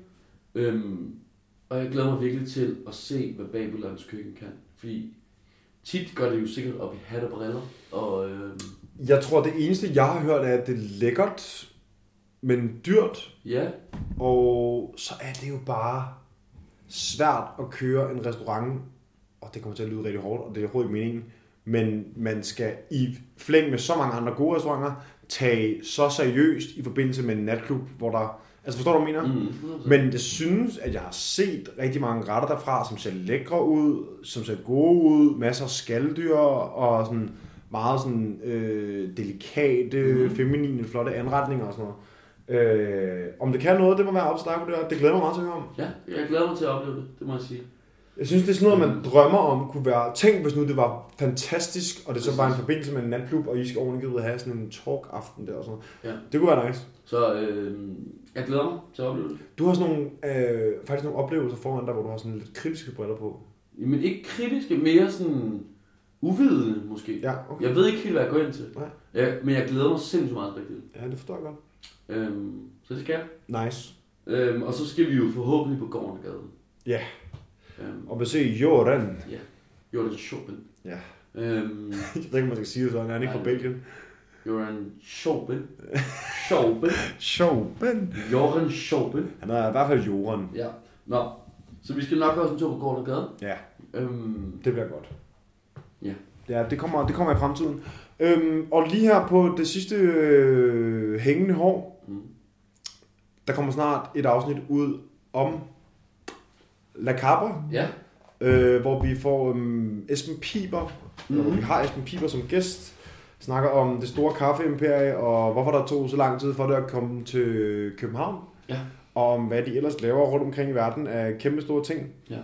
Og jeg glæder mig virkelig til at se, hvad Babylons køkken kan. Fordi tit gør det jo sikkert op i hat og briller. Og, jeg tror, det eneste, jeg har hørt, er, at det er lækkert, men dyrt. Ja. Og så er det jo bare svært at køre en restaurant, og det kommer til at lyde rigtig hårdt, og det er overhovedet ikke meningen, men man skal i flæng med så mange andre gode restauranter tage så seriøst i forbindelse med en natklub, hvor der... Altså forstår du, hvad jeg mener? Men det synes, at jeg har set rigtig mange retter derfra, som ser lækre ud, som ser gode ud, masser af skaldyr og sådan meget sådan delikate, feminine, flotte anretninger og sådan noget. Om det kan noget, det må være op til dig, det glæder mig meget til at høre om. Ja, jeg glæder mig til at opleve det, det må jeg sige. Jeg synes, det er sådan noget, man drømmer om kunne være... Tænk, hvis nu det var fantastisk, og det så var en forbindelse med en natklub, og I skal ordentligt ud og have sådan en talk-aften der og sådan noget. Ja. Det kunne være nice. Så jeg glæder mig til at opleve det. Du har sådan nogle, faktisk nogle oplevelser foran dig, hvor du har sådan lidt kritiske briller på. Men ikke kritiske, mere sådan uvidende måske. Ja, okay. Jeg ved ikke helt, hvad jeg går ind til. Nej. Men jeg glæder mig sindssygt meget til det. Ja, det forstår jeg godt. Så det skal jeg. Nice. Og så skal vi jo forhåbentlig på Gårdengade. Ja. Og besøge Jorden. Ja, Jorden Schopen. Ja. Jeg ved ikke, om man skal sige det sådan. Han er ikke fra Belgien. Jorden Schopen. Jorden Schopen. Han er i hvert fald Jorden. Ja. Nå, så vi skal nok også en tur på Gårdengade. Ja. Det bliver godt. Ja. Ja, det kommer i fremtiden. Og lige her på det sidste hængende hår, der kommer snart et afsnit ud om La Cabra, hvor vi får Esben Piber, hvor vi har Esben Piber som gæst, snakker om det store kaffeimperie, og hvorfor der tog så lang tid for det at komme til København, og om hvad de ellers laver rundt omkring i verden af kæmpe store ting. Ja.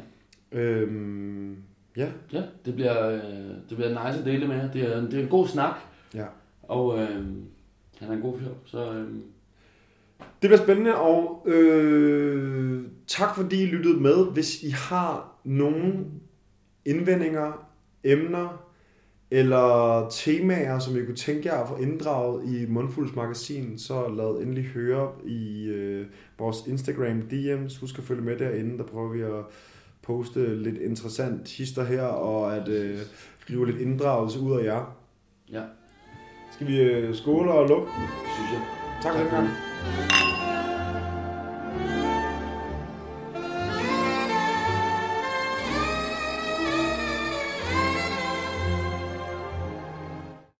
Ja, det bliver nice at dele med. Det er en god snak, og han er en god fyr, så... Det bliver spændende, og tak fordi I lyttede med. Hvis I har nogle indvendinger, emner eller temaer, som I kunne tænke jer at få inddraget i Mundfulds magasin, så lad endelig høre i vores Instagram DM's. Husk at følge med derinde, der prøver vi at poste lidt interessant hister her, og at rive lidt inddragelse ud af jer. Ja. Skal vi skåle og lukke? Synes jeg. Tak for det.